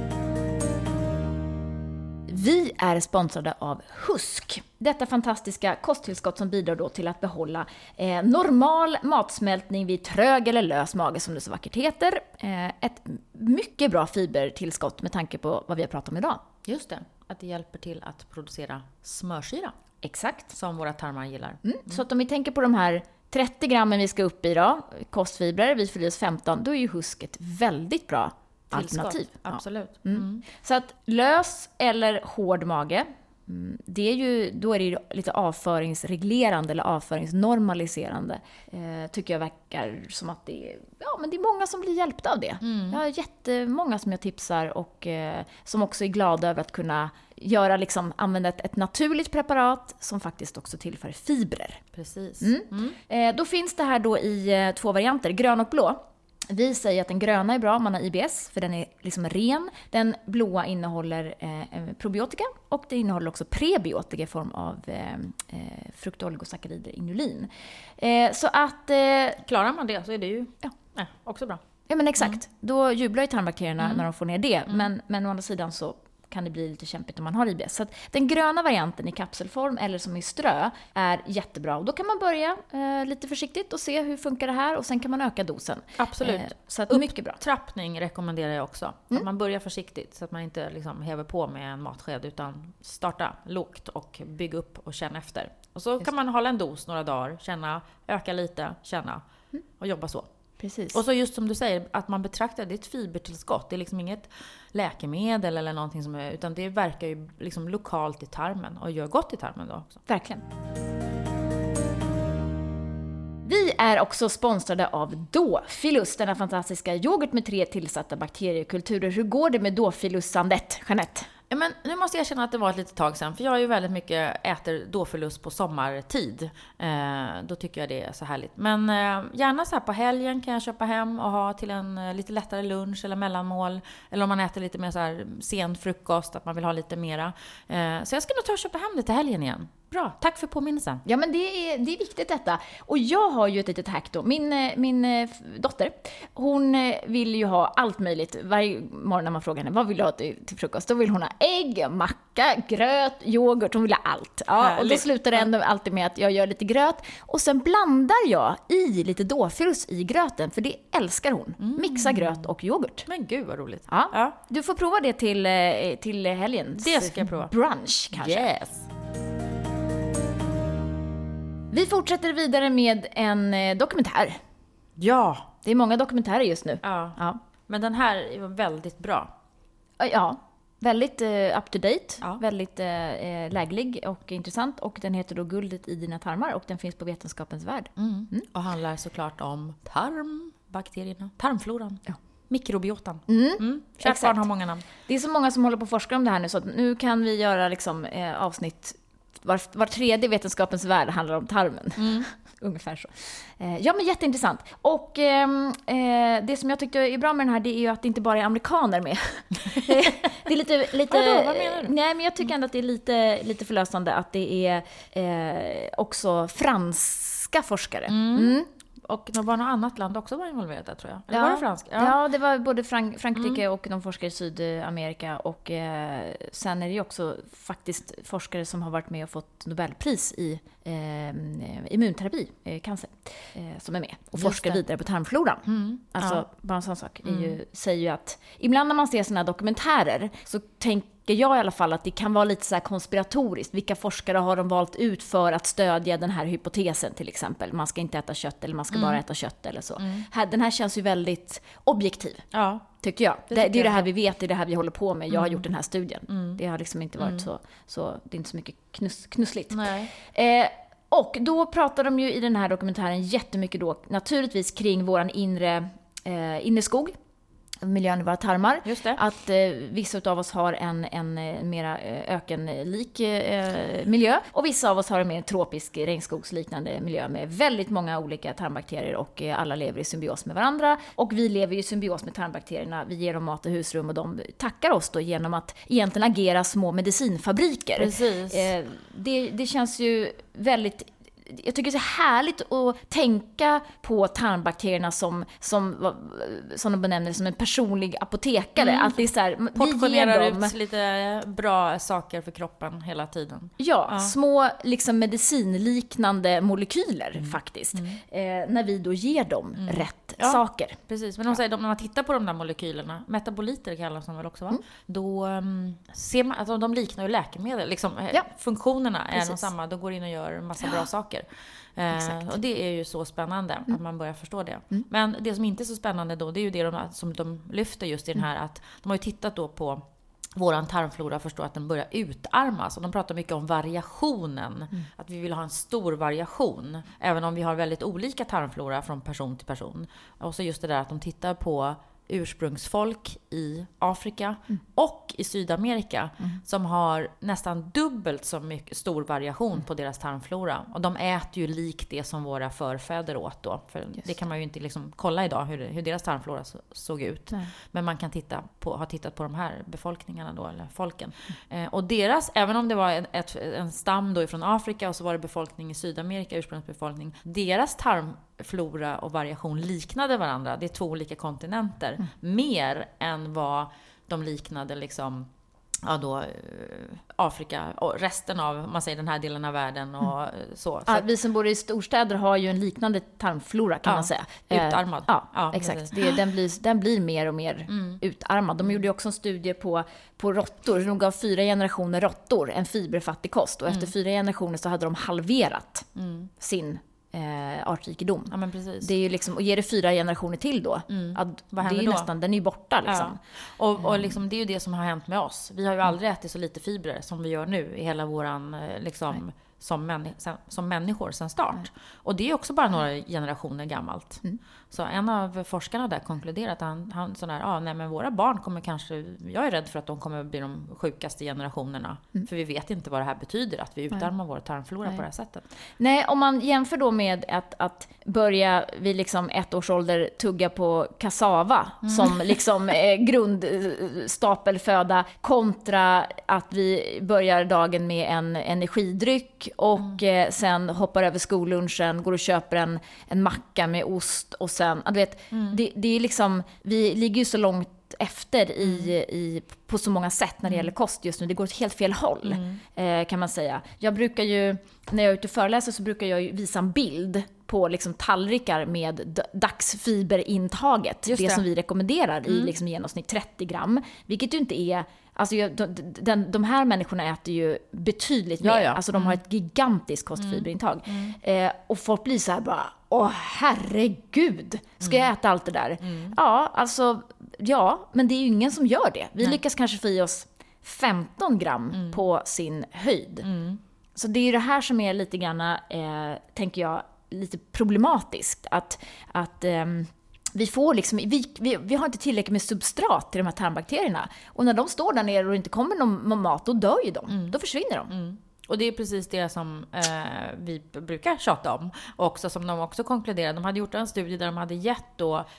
Vi är sponsrade av Husk. Detta fantastiska kosttillskott som bidrar då till att behålla eh, normal matsmältning vid trög eller lös mage, som det så vackert heter. Eh, ett mycket bra fibertillskott med tanke på vad vi har pratat om idag. Just det, att det hjälper till att producera smörsyra. Exakt. Som våra tarmar gillar. Mm. Mm. Så att om vi tänker på de här trettio grammen vi ska upp i då, kostfibrer, vi fyller oss femton, då är ju Husk ett väldigt bra alternativ. Absolut. Ja. Mm. Mm. Så att lös eller hård mage, det är ju, då är det ju lite avföringsreglerande eller avföringsnormaliserande. Eh, tycker jag verkar som att det är, ja, men det är många som blir hjälpta av det. Mm. Jag har jättemånga som jag tipsar och eh, som också är glada över att kunna göra, liksom, använda ett, ett naturligt preparat som faktiskt också tillför fibrer. Precis. Mm. Mm. Eh, då finns det här då i eh, två varianter, grön och blå. Vi säger att den gröna är bra om man har I B S, för den är liksom ren. Den blåa innehåller eh, probiotika och det innehåller också prebiotika i form av eh, eh, fruktoligosaccharider, inulin. Eh, så att... Eh, Klarar man det så är det ju ja. eh, också bra. Ja, men exakt. Mm. Då jublar ju tarmbakterierna mm. när de får ner det. Mm. Men, men å andra sidan så kan det bli lite kämpigt om man har I B S. Så att den gröna varianten i kapselform eller som i strö är jättebra. Och då kan man börja eh, lite försiktigt och se hur funkar det här och sen kan man öka dosen. Absolut. Eh, så att mycket bra. Upptrappning rekommenderar jag också. Mm. Att man börjar försiktigt så att man inte liksom häver på med en matsked utan starta lågt och bygga upp och känna efter. Och så Just kan man hålla en dos några dagar, känna, öka lite, känna mm. och jobba så. Precis. Och så just som du säger, att man betraktar det ett fibertillskott. Det är liksom inget läkemedel eller någonting som är, utan det verkar ju liksom lokalt i tarmen och gör gott i tarmen då också. Verkligen. Vi är också sponsrade av Dofilus, denna fantastiska yoghurt med tre tillsatta bakteriekulturer. Hur går det med Dofilus-sandet, Jeanette? Ja, men nu måste jag känna att det var ett litet tag sedan, för jag är ju väldigt mycket äter Dofilus på sommartid. Eh, då tycker jag det är så härligt. Men eh, gärna så här på helgen kan jag köpa hem och ha till en eh, lite lättare lunch eller mellanmål. Eller om man äter lite mer så här sen frukost, att man vill ha lite mera. Eh, så jag ska nog ta och köpa hem det till helgen igen. Bra, tack för påminnelsen. Ja, men det är, det är viktigt detta. Och jag har ju ett litet hack då. Min, min dotter, hon vill ju ha allt möjligt. Varje morgon när man frågar henne, vad vill du ha till, till frukost? Då vill hon ha ägg, macka, gröt, yoghurt. Hon vill ha allt. Ja, och då slutar det ändå alltid med att jag gör lite gröt. Och sen blandar jag i lite Dofilus i gröten. För det älskar hon. Mm. Mixa gröt och yoghurt. Men gud vad roligt. Ja. Ja. Du får prova det till, till helgen. Det ska jag prova. Brunch kanske. Yes. Vi fortsätter vidare med en dokumentär. Ja. Det är många dokumentärer just nu. Ja. Ja. Men den här är väldigt bra. Ja, väldigt uh, up to date. Ja. Väldigt uh, läglig och intressant. Och den heter då Guldet i dina tarmar. Och den finns på Vetenskapens värld. Mm. Mm. Och handlar såklart om tarmbakterierna. Tarmfloran. Ja. Mikrobiotan. Mm. Mm. Kärt barn har många namn. Det är så många som håller på att forska om det här nu. Så att nu kan vi göra liksom, eh, avsnitt var, var tredje vetenskapens värld handlar om tarmen. Mm. Ungefär så. Eh, ja, men jätteintressant. Och eh, det som jag tyckte är bra med den här, det är ju att det inte bara är amerikaner med. Det är lite... lite Vadå, vad menar du? Nej, men jag tycker ändå att det är lite, lite förlösande att det är eh, också franska forskare. Mm. Mm. Och det var något annat land också var involverat där, tror jag. Eller ja. var det franska? Ja. ja, det var både Frank- Frankrike mm. och de forskare i Sydamerika. Och eh, sen är det ju också faktiskt forskare som har varit med och fått Nobelpris i eh, immunterapi, eh, cancer, eh, som är med och Just forskar det. vidare på tarmfloran. Mm. Alltså, ja. bara en sån sak är ju, mm. säger ju att ibland när man ser såna här dokumentärer så tänker jag i alla fall att det kan vara lite så här konspiratoriskt. Vilka forskare har de valt ut för att stödja den här hypotesen till exempel? Man ska inte äta kött eller man ska mm. bara äta kött eller så. Mm. Här, den här känns ju väldigt objektiv, ja. tycker jag. Det, det, det är det här vi vet, det är det här vi håller på med. Jag har mm. gjort den här studien. Mm. Det har liksom inte varit mm. så, så, det är inte så mycket knus, knussligt. Nej. Eh, och då pratar de ju i den här dokumentären jättemycket då naturligtvis kring våran inre, eh, inre skog. Miljön i våra tarmar. Just det. Att eh, vissa av oss har en, en, en mera ökenlik eh, miljö och vissa av oss har en mer tropisk regnskogsliknande miljö med väldigt många olika tarmbakterier och eh, alla lever i symbios med varandra. Och vi lever i symbios med tarmbakterierna. Vi ger dem mat och husrum och de tackar oss då genom att egentligen agera små medicinfabriker. Precis. Eh, det, det känns ju väldigt... Jag tycker det är så härligt att tänka på tarmbakterierna som, som, som de benämner som en personlig apotekare. Mm. Att det är så här, portionerar dem, ut lite bra saker för kroppen hela tiden. Ja, ja. små liksom medicinliknande molekyler mm. faktiskt. Mm. Eh, när vi då ger dem mm. rätt ja, saker. Precis, men de säger, när man tittar på de där molekylerna, metaboliter kallas de väl också, va? Mm. Då um, ser man att alltså, de liknar ju läkemedel. Liksom, ja. Funktionerna är de samma, då går in och gör en massa ja. bra saker. Eh, och det är ju så spännande mm. att man börjar förstå det. Mm. Men det som inte är så spännande då, det är ju det de, som de lyfter just i den här, att de har ju tittat då på våran tarmflora och förstår att den börjar utarmas. Och de pratar mycket om variationen. Mm. Att vi vill ha en stor variation. Även om vi har väldigt olika tarmflora från person till person. Och så just det där att de tittar på ursprungsfolk i Afrika mm. och i Sydamerika mm. som har nästan dubbelt så mycket stor variation mm. på deras tarmflora. Och de äter ju likt det som våra förfäder åt då. För Just det kan man ju inte liksom kolla idag hur, hur deras tarmflora så, såg ut. Nej. Men man kan titta på, ha tittat på de här befolkningarna då, eller folken. Mm. Eh, och deras, även om det var en, ett, en stam då från Afrika och så var det befolkning i Sydamerika, ursprungsbefolkning, deras tarm flora och variation liknade varandra. Det är två olika kontinenter. Mm. Mer än vad de liknade liksom, ja då, Afrika och resten av, man säger den här delen av världen och mm. så. så ja, vi som bor i storstäder har ju en liknande tarmflora kan ja, man säga. Utarmad. Ja, ja exakt. Det, den, blir, den blir mer och mer mm. utarmad. De gjorde ju också en studie på, på råttor. De gav fyra generationer råttor en fiberfattig kost. Och efter mm. fyra generationer så hade de halverat mm. sin Eh, artrikedom. Ja, men precis. Det är ju liksom, och ger det fyra generationer till då, mm. att det är ju då? nästan, den är ju borta liksom. Ja. Och, och liksom, det är ju det som har hänt med oss. Vi har ju aldrig ätit så lite fibrer som vi gör nu i hela våran liksom, som, männi- som människor sedan start. Mm. Och det är också bara några generationer gammalt. Mm. Så en av forskarna där konkluderar att han, han sån där, ah, nej men våra barn kommer kanske, jag är rädd för att de kommer bli de sjukaste generationerna. Mm. För vi vet inte vad det här betyder, att vi utarmar vår tarmflora nej. på det här sättet. Nej, om man jämför då med att, att börja vid liksom ett års ålder tugga på kassava mm. som liksom eh, grundstapelföda kontra att vi börjar dagen med en energidryck och mm. eh, sen hoppar över skollunchen, går och köper en, en macka med ost och sen, du vet, mm. det, det är liksom, vi ligger ju så långt efter i, i, på så många sätt när det gäller kost just nu. Det går åt helt fel håll, mm. eh, kan man säga. Jag brukar ju, när jag är ute och föreläser så brukar jag ju visa en bild på liksom tallrikar med d- dagsfiberintaget. Just det. Det som vi rekommenderar mm. i liksom genomsnitt trettio gram. Vilket ju inte är... Alltså de, de, de här människorna äter ju betydligt ja, mer. ja. Alltså de har ett gigantiskt kostfiberintag. Mm. Eh, och folk blir så här bara, åh herregud, ska mm. jag äta allt det där? Mm. Ja, alltså, ja, men det är ju ingen som gör det. Vi Nej. lyckas kanske få i oss femton gram mm. på sin höjd. Mm. Så det är ju det här som är lite grann, eh, tänker jag, lite problematiskt. Att... att eh, Vi, får liksom, vi, vi, vi har inte tillräckligt med substrat till de här tarmbakterierna. Och när de står där nere och inte kommer någon mat, då dör ju de. Mm. Då försvinner de. Mm. Och det är precis det som eh, vi brukar tjata om. Och också som de också konkluderade. De hade gjort en studie där de hade gett då eh,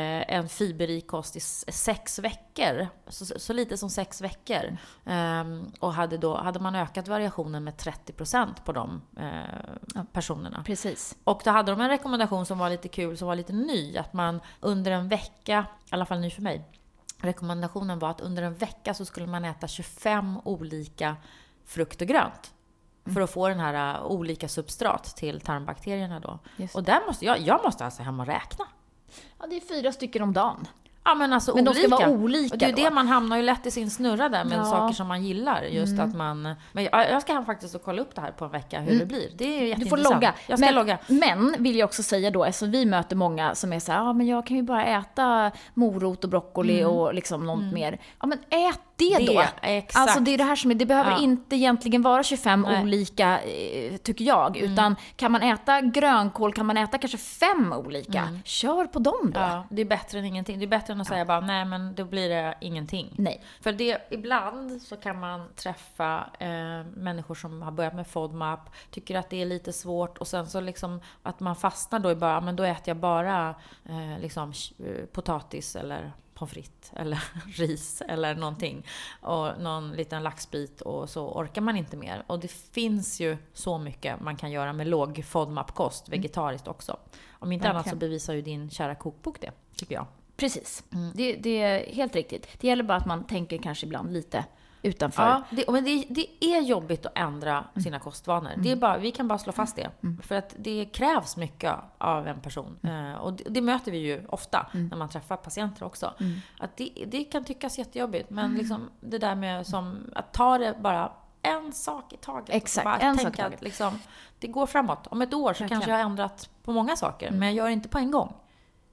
en fiberrik kost i sex veckor. Så, så lite som sex veckor. Eh, och hade då hade man ökat variationen med trettio procent på de eh, personerna. Precis. Och då hade de en rekommendation som var lite kul, som var lite ny. Att man under en vecka, i alla fall ny för mig. Rekommendationen var att under en vecka så skulle man äta tjugofem olika frukt och grönt. För att få den här uh, olika substrat till tarmbakterierna då. Just. Och där måste jag, jag måste alltså hem och räkna. Ja, det är fyra stycken om dagen. Ja, men alltså men olika. de ska vara olika. Och det är då. det, man hamnar ju lätt i sin snurra där med Ja. saker som man gillar. Just mm. att man... Men jag, jag ska hem faktiskt och kolla upp det här på en vecka, hur mm. det blir. Det är ju jätteintressant. Du får logga. Jag ska men, logga. Men vill jag också säga då, alltså vi möter många som är så här, ja men jag kan ju bara äta morot och broccoli mm. och liksom något mm. mer. Ja men ät det, det då. Exakt. Alltså det är det här som är, det behöver ja. inte egentligen vara tjugofem Nej. olika, tycker jag. Mm. Utan kan man äta grönkål, kan man äta kanske fem olika. Mm. Kör på dem då. Ja, det är bättre än ingenting. Det är bättre än att ja. säga bara, nej men då blir det ingenting. Nej. För det, ibland så kan man träffa eh, människor som har börjat med FODMAP, tycker att det är lite svårt och sen så liksom att man fastnar då i bara, men då äter jag bara eh, liksom potatis eller pommes frites eller ris eller någonting och någon liten laxbit och så orkar man inte mer. Och det finns ju så mycket man kan göra med låg FODMAP-kost, vegetariskt också. Om inte Verkligen. annat så bevisar ju din kära kokbok det, tycker jag. Precis, mm. det, det är helt riktigt. Det gäller bara att man tänker kanske ibland lite utanför. Ja, det, men det, det är jobbigt att ändra sina mm. kostvanor. Det är bara, vi kan bara slå fast det. Mm. För att det krävs mycket av en person. Mm. Och det, det möter vi ju ofta mm. när man träffar patienter också. Mm. Att det, det kan tyckas jättejobbigt. Men liksom det där med som, att ta det bara en sak i taget. Exakt, bara en tänka sak i taget. Att liksom, det går framåt. Om ett år så Verkligen. kanske jag har ändrat på många saker. Mm. Men jag gör det inte på en gång.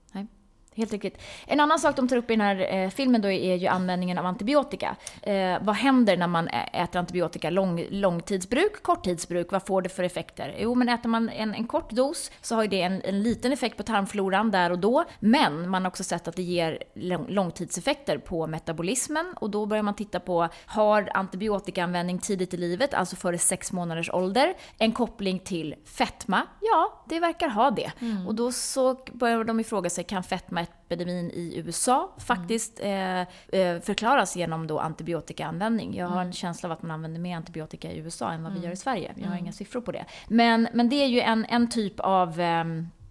Helt riktigt. En annan sak de tar upp i den här eh, filmen då är ju användningen av antibiotika. Eh, vad händer när man äter antibiotika? Lång, långtidsbruk, korttidsbruk, vad får det för effekter? Jo, men äter man en, en kort dos så har ju det en, en liten effekt på tarmfloran där och då. Men man har också sett att det ger lång, långtidseffekter på metabolismen. Och då börjar man titta på, har antibiotikaanvändning tidigt i livet, alltså före sex månaders ålder, en koppling till fetma? Ja, det verkar ha det. Mm. Och då så börjar de ifråga sig, kan fetma epidemin i U S A faktiskt eh, förklaras genom då antibiotikaanvändning. Jag har en känsla av att man använder mer antibiotika i U S A än vad vi gör i Sverige. Jag har mm. inga siffror på det. Men, men det är ju en, en typ av... Eh,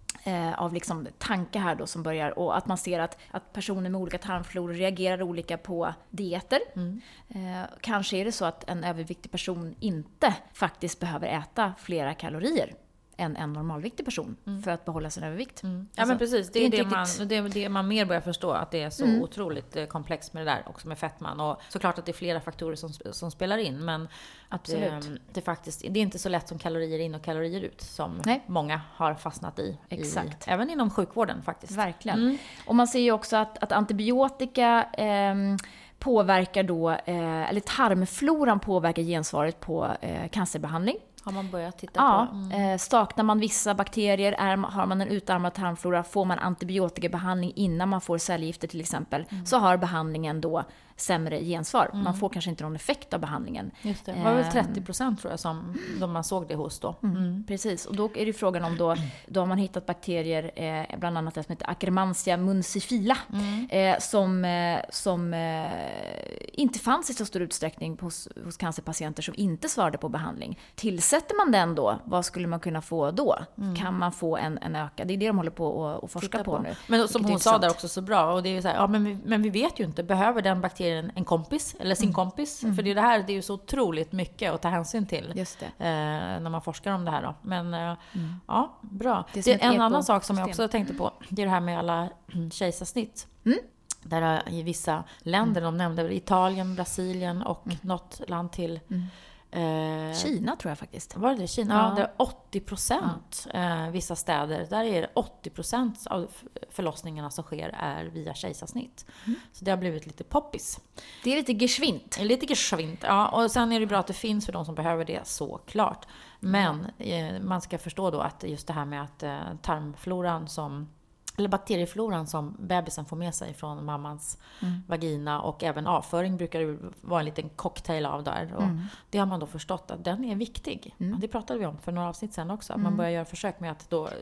av liksom tanke här då som börjar, och att man ser att, att personer med olika tarmfloror reagerar olika på dieter. Mm. Eh, kanske är det så att en överviktig person inte faktiskt behöver äta flera kalorier än en normalviktig person mm. för att behålla sin övervikt. Mm. Ja, alltså, men precis. Det är det, det, man, riktigt... det, är det man mer börjar förstå, att det är så mm. otroligt komplext med det där också med fettman. Och såklart att det är flera faktorer som, som spelar in, men Absolut. Det, det, faktiskt, det är inte så lätt som kalorier in och kalorier ut som Nej. många har fastnat i. Exakt. I, även inom sjukvården faktiskt. Verkligen. Mm. Och man ser ju också att, att antibiotika eh, påverkar då, eh, eller tarmfloran påverkar gensvaret på eh, cancerbehandling. Har man börjat titta ja, på? Mm. Eh, staknar man vissa bakterier, är, har man en utarmad tarmflora, får man antibiotikabehandling innan man får cellgifter till exempel, mm. så har behandlingen då sämre gensvar. Mm. Man får kanske inte någon effekt av behandlingen. Just det. Det var väl trettio procent tror jag som de man såg det hos då. Mm. Mm. Precis, och då är det frågan om då, då har man hittat bakterier, eh, bland annat det som heter Akkermansia muncifila, mm. eh, som, eh, som eh, inte fanns i så stor utsträckning hos, hos cancerpatienter som inte svarade på behandling. Tillsätter man den då, vad skulle man kunna få då? Mm. Kan man få en, en ökad? Det är det de håller på att forska på. på nu. Men som hon sa där också så bra, och det är ju så här, ja, men, vi, men vi vet ju inte, behöver den bakterien en kompis eller sin mm. kompis? Mm. För det är det här, det är ju så otroligt mycket att ta hänsyn till. Just det. Eh, när man forskar om det här då. Men eh, mm. ja, bra. Det är, det är en annan sak som jag också tänkte på, det är det här med alla kejsarsnitt. Mm. Där i vissa länder, mm. de nämnde Italien, Brasilien och mm. något land till. Mm. Eh, Kina tror jag faktiskt. Var det Kina? Ja, ja det är åttio procent. Ja. Eh, vissa städer, där är det åttio procent av förlossningarna som sker är via kejsarsnitt. Mm. Så det har blivit lite poppis. Det är lite geschwint. Lite geschwint, ja. Och sen är det bra att det finns för de som behöver det, såklart. Men eh, man ska förstå då att just det här med att eh, tarmfloran som eller bakteriefloran som bebisen får med sig från mammans mm. vagina, och även avföring brukar det vara en liten cocktail av där. Och mm. det har man då förstått att den är viktig. Mm. Det pratade vi om för några avsnitt sedan också. Att mm. man börjar göra försök med att då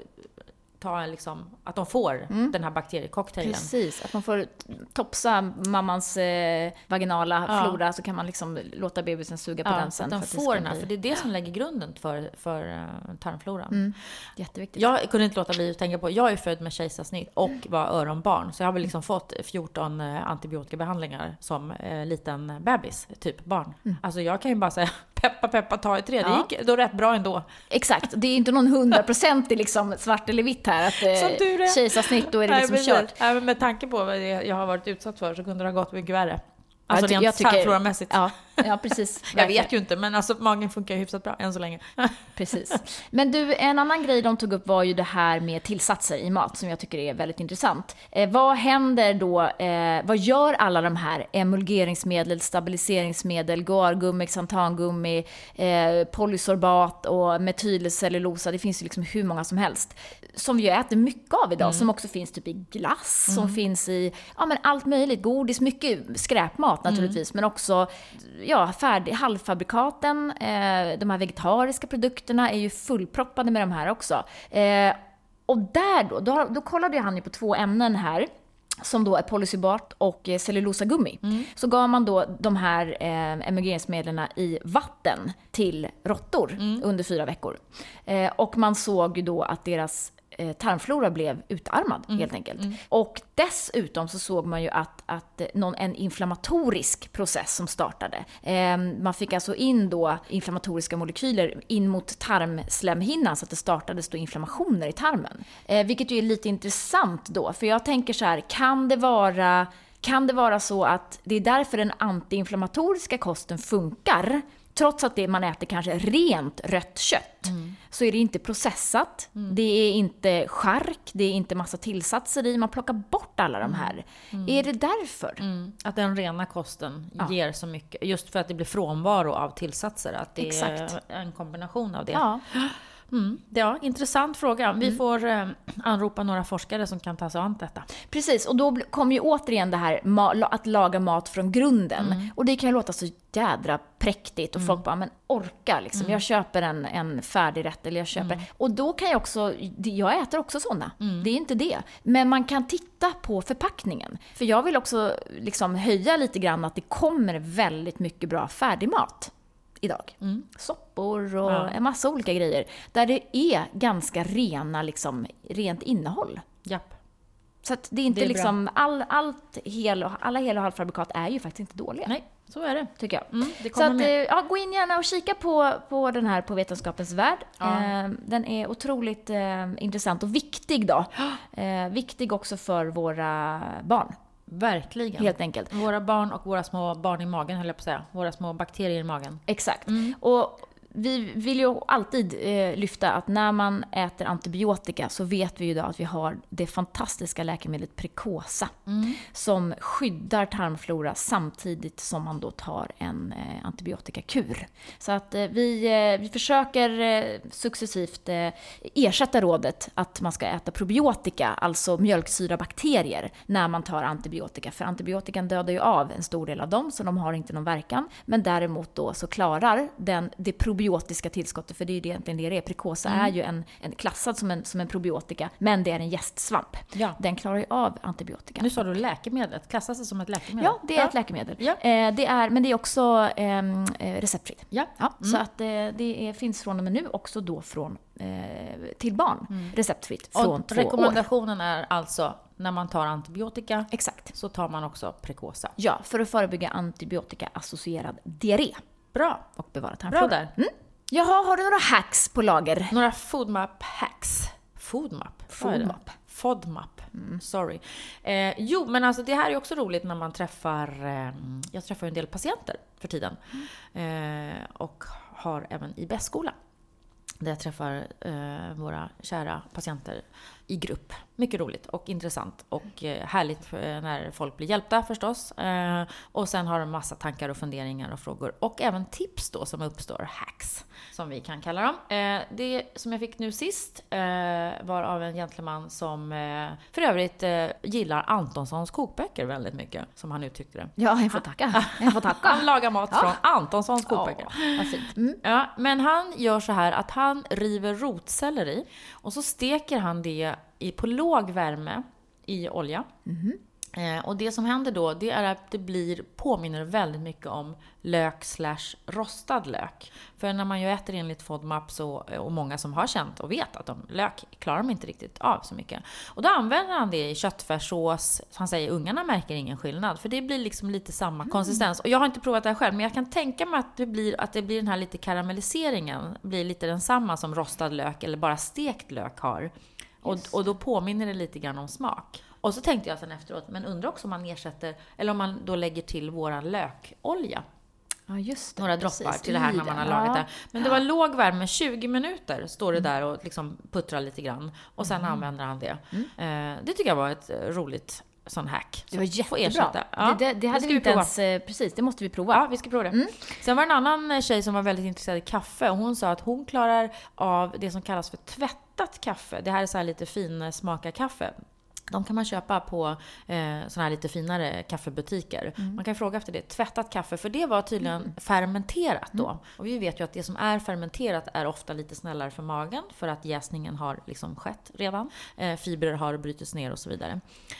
ta en liksom, att de får mm. den här bakteriecocktailen. Precis, att man får topsa mammans eh, vaginala ja. flora, så kan man liksom låta bebisen suga på ja, den sen. Att de för får den här, bli... för det är det som lägger grunden för, för uh, tarmfloran. Mm. Jätteviktigt. Jag kunde inte låta bli att tänka på, jag är född med kejsarsnitt och var öronbarn, så jag har väl liksom fått fjorton uh, antibiotikabehandlingar som uh, liten bebis, typ barn. Mm. Alltså jag kan ju bara säga, peppa peppa ta i tre, ja. det gick då rätt bra ändå. Exakt, det är inte någon hundraprocentig liksom svart eller vitt här, att eh, kejsarsnitt, då är det liksom kört. Ja, men med tanke på vad jag har varit utsatt för så kunde det ha gått mycket värre. Alltså jag, rent tarmfloramässigt. Ja, ja, precis. Jag vet ju inte, men alltså magen funkar hyfsat bra än så länge. Precis. Men du, en annan grej de tog upp var ju det här med tillsatser i mat, som jag tycker är väldigt intressant. Eh, vad händer då, eh, vad gör alla de här emulgeringsmedel, stabiliseringsmedel, guargummi, xantangummi, eh, polysorbat och metylcellulosa, det finns ju liksom hur många som helst, som vi äter mycket av idag, mm. som också finns typ i glass, mm. som finns i ja, men allt möjligt, godis, mycket skräpmat naturligtvis, mm. men också ja, färdig, halvfabrikaten, eh, de här vegetariska produkterna är ju fullproppade med de här också. Eh, och där då, då, då kollade han ju på två ämnen här, som då är polysorbat och eh, cellulosagummi. Mm. Så gav man då de här eh, emulgeringsmedlen i vatten till råttor mm. under fyra veckor. Eh, och man såg ju då att deras tarmflora blev utarmad mm. helt enkelt. Mm. Och dessutom så såg man ju att, att någon, en inflammatorisk process som startade. Eh, man fick alltså in då inflammatoriska molekyler in mot tarmslemhinnan, så att det startades då inflammationer i tarmen. Eh, vilket ju är lite intressant då, för jag tänker så här, kan det vara, kan det vara så att det är därför den antiinflammatoriska kosten funkar? Trots att det man äter kanske rent rött kött, mm. så är det inte processat. Mm. Det är inte chark, det är inte massa tillsatser i. Man plockar bort alla de här. Mm. Är det därför? Mm. Att den rena kosten ja. ger så mycket. Just för att det blir frånvaro av tillsatser. Att det Exakt. är en kombination av det. Ja. Mm. Ja, intressant fråga. Vi mm. får eh, anropa några forskare som kan ta sig an detta. Precis, och då kommer ju återigen det här ma- att laga mat från grunden. Mm. Och det kan ju låta så jädra präktigt och mm. folk bara, men orka liksom. Mm. Jag köper en, en färdig rätt eller jag köper. Mm. Och då kan jag också, jag äter också sådana. Mm. Det är inte det. Men man kan titta på förpackningen. För jag vill också liksom höja lite grann att det kommer väldigt mycket bra färdigmat idag. Mm. Soppor och ja. en massa olika grejer. Där det är ganska rena, liksom, rent innehåll. Japp. Så att det är inte det är liksom, all, allt hel och, alla hel- och halvfabrikat är ju faktiskt inte dåliga. Nej, så är det. Tycker jag. Mm, det så att, ja, gå in gärna och kika på, på den här på Vetenskapens värld. Ja. Eh, den är otroligt eh, intressant och viktig då. Eh, viktig också för våra barn. Verkligen. Helt enkelt. Våra barn och våra små barn i magen, höll jag på att säga. Våra små bakterier i magen. Exakt. Mm. Och vi vill ju alltid eh, lyfta att när man äter antibiotika så vet vi ju då att vi har det fantastiska läkemedlet Precosa mm. som skyddar tarmflora samtidigt som man då tar en eh, antibiotikakur. Så att eh, vi, eh, vi försöker eh, successivt eh, ersätta rådet att man ska äta probiotika, alltså mjölksyrabakterier, när man tar antibiotika. För antibiotikan dödar ju av en stor del av dem, så de har inte någon verkan. Men däremot då så klarar den, det probiotika probiotiska tillskottet, för det är ju egentligen det det är. Precosa mm. är ju en, en klassad som en, som en probiotika, men det är en jästsvamp. Ja. Den klarar ju av antibiotika. Nu sa du läkemedlet, klassas det som ett läkemedel? Ja, det är ja. ett läkemedel. Ja. Eh, det är, men det är också eh, receptfritt. Ja. Ja, mm. Så att eh, det är, finns från och med nu också då från eh, till barn mm. receptfritt från och två rekommendationen år. är alltså när man tar antibiotika. Exakt. Så tar man också Precosa. Ja, för att förebygga antibiotika-associerad diarré. Bra. Och bevara tarmflora. Bra där. Mm. Jaha, har du några hacks på lager? Några FODMAP-hacks. FODMAP? FODMAP. FODMAP. Mm. Sorry. Eh, jo, men alltså det här är också roligt när man träffar... Eh, jag träffar en del patienter för tiden. Mm. Eh, och har även I B S-skola. Där jag träffar eh, våra kära patienter i grupp. Mycket roligt och intressant och eh, härligt eh, när folk blir hjälpta förstås. Eh, och sen har de massa tankar och funderingar och frågor. Och även tips då som uppstår, hacks som vi kan kalla dem. Eh, det som jag fick nu sist eh, var av en gentleman som eh, för övrigt eh, gillar Antonssons kokböcker väldigt mycket, som han uttryckte det. Ja, jag får tacka. Jag får tacka. Han lagar mat Ja. från Antonssons kokböcker. Ja, vad fint. Mm. Ja, men han gör så här att han river rotselleri och så steker han det i, på låg värme i olja. Mm. Eh, och det som händer då, det är att det blir, påminner väldigt mycket om lök slash rostad lök. För när man ju äter enligt FODMAP så, och många som har känt och vet att de, lök klarar de inte riktigt av så mycket. Och då använder han det i köttfärssås. Han säger ungarna märker ingen skillnad. För det blir liksom lite samma mm. konsistens. Och jag har inte provat det här själv, men jag kan tänka mig att det blir, att det blir den här lite karamelliseringen. Blir lite densamma som rostad lök eller bara stekt lök har. Och, och då påminner det lite grann om smak. Och så tänkte jag sen efteråt, men undrar också om man ersätter, eller om man då lägger till våran lökolja. Ja, just det. Några precis. droppar till det här när man har lagat det. Men det var låg värme, tjugo minuter står det där och liksom puttrar lite grann. Och sen mm. använder han det. Mm. Eh, det tycker jag var ett roligt sån hack. Det var jättebra. Ja, det, det, det hade det vi inte prova. ens, precis, det måste vi prova. Ja, vi ska prova det. Mm. Sen var det en annan tjej som var väldigt intresserad i kaffe. Och hon sa att hon klarar av det som kallas för tvättat kaffe. Det här är så här lite fin smaka kaffe. De kan man köpa på eh, såna här lite finare kaffebutiker. Mm. Man kan fråga efter det. Tvättat kaffe, för det var tydligen mm. fermenterat då. Mm. Och vi vet ju att det som är fermenterat är ofta lite snällare för magen. För att jäsningen har liksom skett redan. Eh, fibrer har brutits ner och så vidare.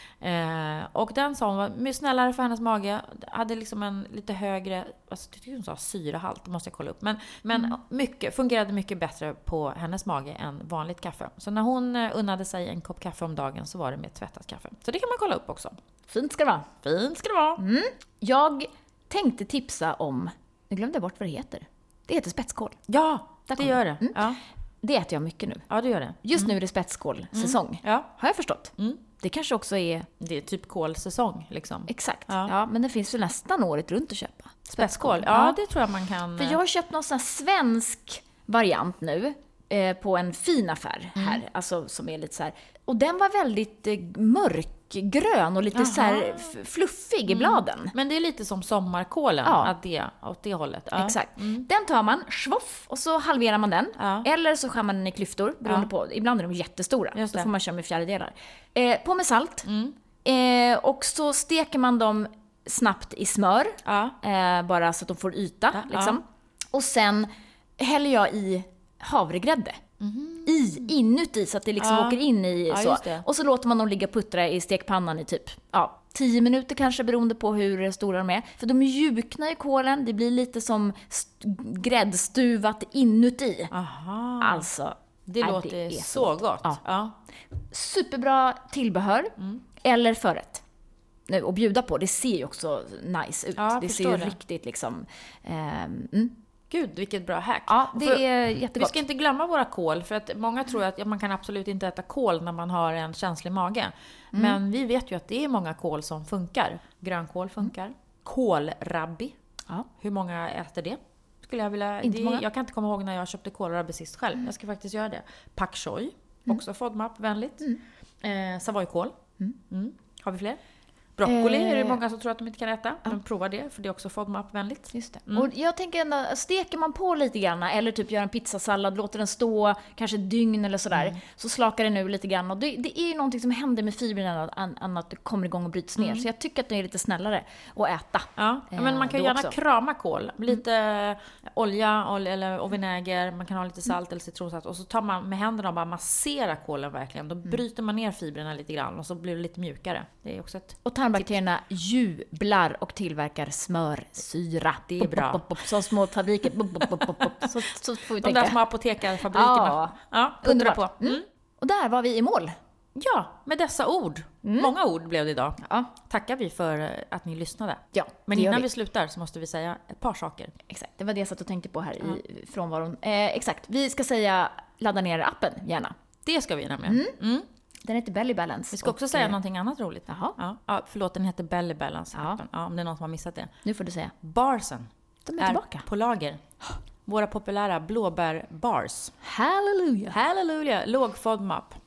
Eh, och den sa hon var mycket snällare för hennes mage. Hade liksom en lite högre, alltså, tyckte hon sa syrahalt, det måste jag kolla upp. Men, men mm. mycket, fungerade mycket bättre på hennes mage än vanligt kaffe. Så när hon eh, unnade sig en kopp kaffe om dagen så var det med tvättat kaffe. Så det kan man kolla upp också. Fint ska det vara. Fint ska det vara. Mm. Jag tänkte tipsa om, nu glömde jag bort vad det heter. Det heter spetskål. Ja, det gör det. Mm. Ja. Det äter jag mycket nu. Ja, det gör det. Just mm. nu är det spetskålsäsong. Mm. Ja. Har jag förstått. Mm. Det kanske också är... Det är typ kålsäsong liksom. Exakt. Ja. Ja, men det finns ju nästan året runt att köpa. Spetskål. Ja, det tror jag man kan. För jag har köpt någon sån här svensk variant nu. Eh, på en fin affär här. Mm. Alltså som är lite så här. Och den var väldigt eh, mörkgrön och lite Aha. så här f- fluffig mm. i bladen. Men det är lite som sommarkålen. Ja. Att det, åt det hållet. Ja. Exakt. Mm. Den tar man, schvoff, och så halverar man den. Ja. Eller så skär man den i klyftor. Beroende ja. på, ibland är de jättestora. Just så det. får man köra med fjärdedelar. Eh, på med salt. Mm. Eh, och så steker man dem snabbt i smör. Ja. Eh, bara så att de får yta. Ja. Liksom. Ja. Och sen häller jag i havregrädde. Mm. I, inuti så att det liksom ja. åker in i ja, så. Och så låter man dem ligga och puttra i stekpannan i typ ja, tio minuter kanske beroende på hur stora de är. För de mjuknar i kålen, det blir lite som st- gräddstuvat inuti. Aha. Alltså, det nej, låter det är så gott. gott. Ja. Ja. Superbra tillbehör mm. eller förrätt. Nu, och bjuda på, det ser ju också nice ut. Ja, det ser ju det. riktigt liksom... Eh, mm. Gud, vilket bra hack. Ja, det för, är jättegott. Vi ska inte glömma våra kål, för att många tror att ja, man kan absolut inte äta kål när man har en känslig mage. Mm. Men vi vet ju att det är många kål som funkar. Grönkål funkar. Mm. Kålrabbi. Ja. Hur många äter det? Skulle jag vilja... Inte det, många. Jag kan inte komma ihåg när jag köpte kålrabbi sist själv. Mm. Jag ska faktiskt göra det. Pak choi. Mm. Också FODMAP-vänligt. Mm. Eh, Savoykål. Mm. Mm. Har vi fler? Broccoli eh, är det många som tror att de inte kan äta. Ja. Men prova det, för det är också FODMAP-vänligt. Just det. Mm. Och jag tänker ändå, steker man på lite grann, eller typ gör en pizzasallad, låter den stå kanske ett dygn eller sådär, mm. så slakar den ur lite grann. Och det, det är ju någonting som händer med fibrerna än att det kommer igång och bryts ner. Mm. Så jag tycker att det är lite snällare att äta. Ja, eh, men man kan ju gärna också krama kål. Lite mm. olja och, eller, och vinäger, man kan ha lite salt mm. eller citronsalt. Och så tar man med händerna och bara masserar kålen verkligen. Då mm. bryter man ner fibrerna lite grann och så blir det lite mjukare. Det är också ett och tarmbakterierna jublar och tillverkar smörsyra. Det är bra. Pop, pop, pop, som små fabriker. Pop, pop, pop, pop, pop. Så, så får vi De tänka. där små apotekarfabrikerna. Ja, ja underbart. på. Mm. Mm. Och där var vi i mål. Ja, med dessa ord. Mm. Många ord blev det idag. Ja. Tackar vi för att ni lyssnade. Ja, men innan vi. vi slutar så måste vi säga ett par saker. Exakt, det var det jag satt och tänkte på här ja. i frånvaron. Eh, exakt, vi ska säga ladda ner appen, gärna. Det ska vi nämligen. Mm. Mm. Den heter Belly Balance. Vi ska också och, säga eh, någonting annat roligt. Jaha. Ja. Ja, förlåt, den heter Belly Balance. Ja. Ja, om det är någon som har missat det. Nu får du säga. Barsen. De är, är tillbaka. På lager. Våra populära blåbär bars. Halleluja. Halleluja. Låg FODMAP.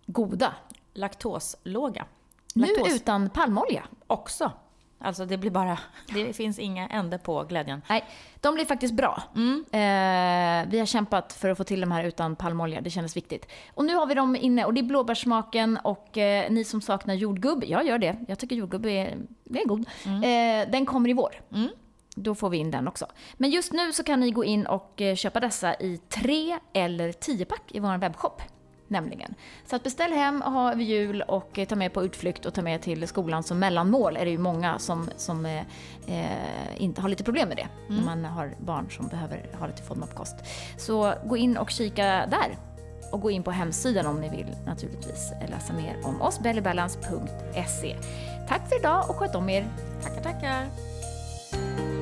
goda. Laktoslåga. Nu Laktos utan palmolja. också. Alltså det blir bara, det finns inga ände på glädjen. Nej, de blir faktiskt bra. Mm. Eh, vi har kämpat för att få till de här utan palmolja, det kändes viktigt. Och nu har vi dem inne och det är blåbärssmaken och eh, ni som saknar jordgubb, jag gör det. Jag tycker jordgubb är, det är god. Mm. Eh, den kommer i vår. Mm. Då får vi in den också. Men just nu så kan ni gå in och eh, köpa dessa i tre eller tio pack i vår webbshop. Nämligen. Så att beställ hem och ha över jul och ta med på utflykt och ta med till skolan som mellanmål är det ju många som, som eh, inte har lite problem med det. Mm. När man har barn som behöver ha lite FODMAP-kost. Så gå in och kika där. Och gå in på hemsidan om ni vill naturligtvis läsa mer om oss. bellybalance punkt se. Tack för idag och sköt om er. Tackar, tackar.